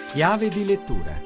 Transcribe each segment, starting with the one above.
Chiave di lettura.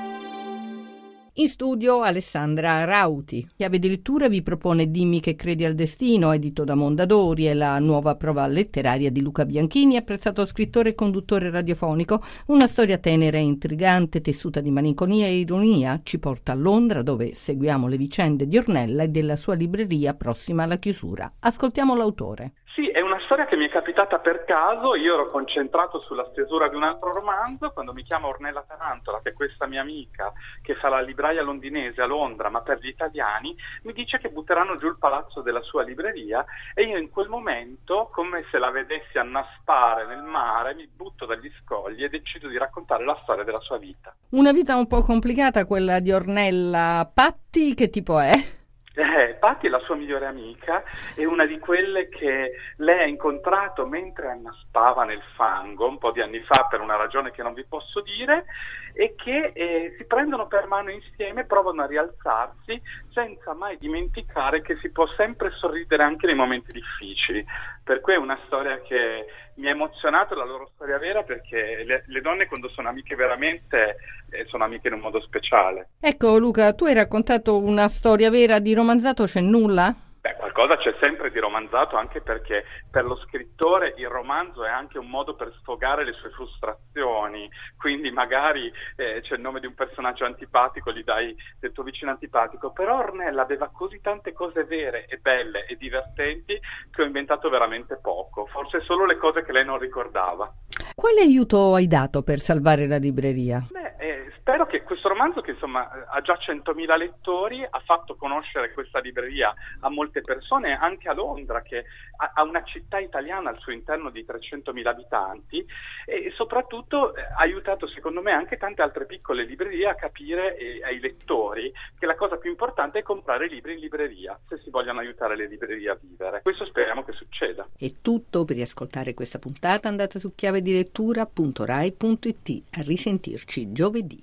In studio Alessandra Rauti. Chiave di lettura vi propone Dimmi che credi al destino, edito da Mondadori, e la nuova prova letteraria di Luca Bianchini, apprezzato scrittore e conduttore radiofonico. Una storia tenera e intrigante, tessuta di malinconia e ironia, ci porta a Londra, dove seguiamo le vicende di Ornella e della sua libreria prossima alla chiusura. Ascoltiamo l'autore. Sì, è una storia che mi è capitata per caso. Io ero concentrato sulla stesura di un altro romanzo quando mi chiama Ornella Tarantola, che è questa mia amica che fa la libraia londinese a Londra, ma per gli italiani, mi dice che butteranno giù il palazzo della sua libreria, e io in quel momento, come se la vedessi annaspare nel mare, mi butto dagli scogli e decido di raccontare la storia della sua vita. Una vita un po' complicata quella di Ornella. Patti, che tipo è? Patti è la sua migliore amica, è una di quelle che lei ha incontrato mentre annaspava nel fango un po' di anni fa, per una ragione che non vi posso dire, e che si prendono per mano insieme, provano a rialzarsi senza mai dimenticare che si può sempre sorridere anche nei momenti difficili. Per cui è una storia che mi ha emozionato, la loro storia vera, perché le donne, quando sono amiche veramente, sono amiche in un modo speciale. Ecco Luca, tu hai raccontato una storia vera, di romanzato c'è nulla? Qualcosa c'è sempre di romanzato, anche perché per lo scrittore il romanzo è anche un modo per sfogare le sue frustrazioni, quindi magari c'è il nome di un personaggio antipatico, gli dai del tuo vicino antipatico, però Ornella aveva così tante cose vere e belle e divertenti che ho inventato veramente poco, forse solo le cose che lei non ricordava. Quale aiuto hai dato per salvare la libreria? Spero che questo romanzo, che insomma ha già 100.000 lettori, ha fatto conoscere questa libreria a molte persone, anche a Londra, che ha una città italiana al suo interno di 300.000 abitanti, e soprattutto ha aiutato, secondo me, anche tante altre piccole librerie a capire, ai lettori, che la cosa più importante è comprare libri in libreria, se si vogliono aiutare le librerie a vivere. Questo speriamo che succeda. È tutto. Per riascoltare questa puntata andate su chiavedilettura.rai.it. A risentirci giovedì.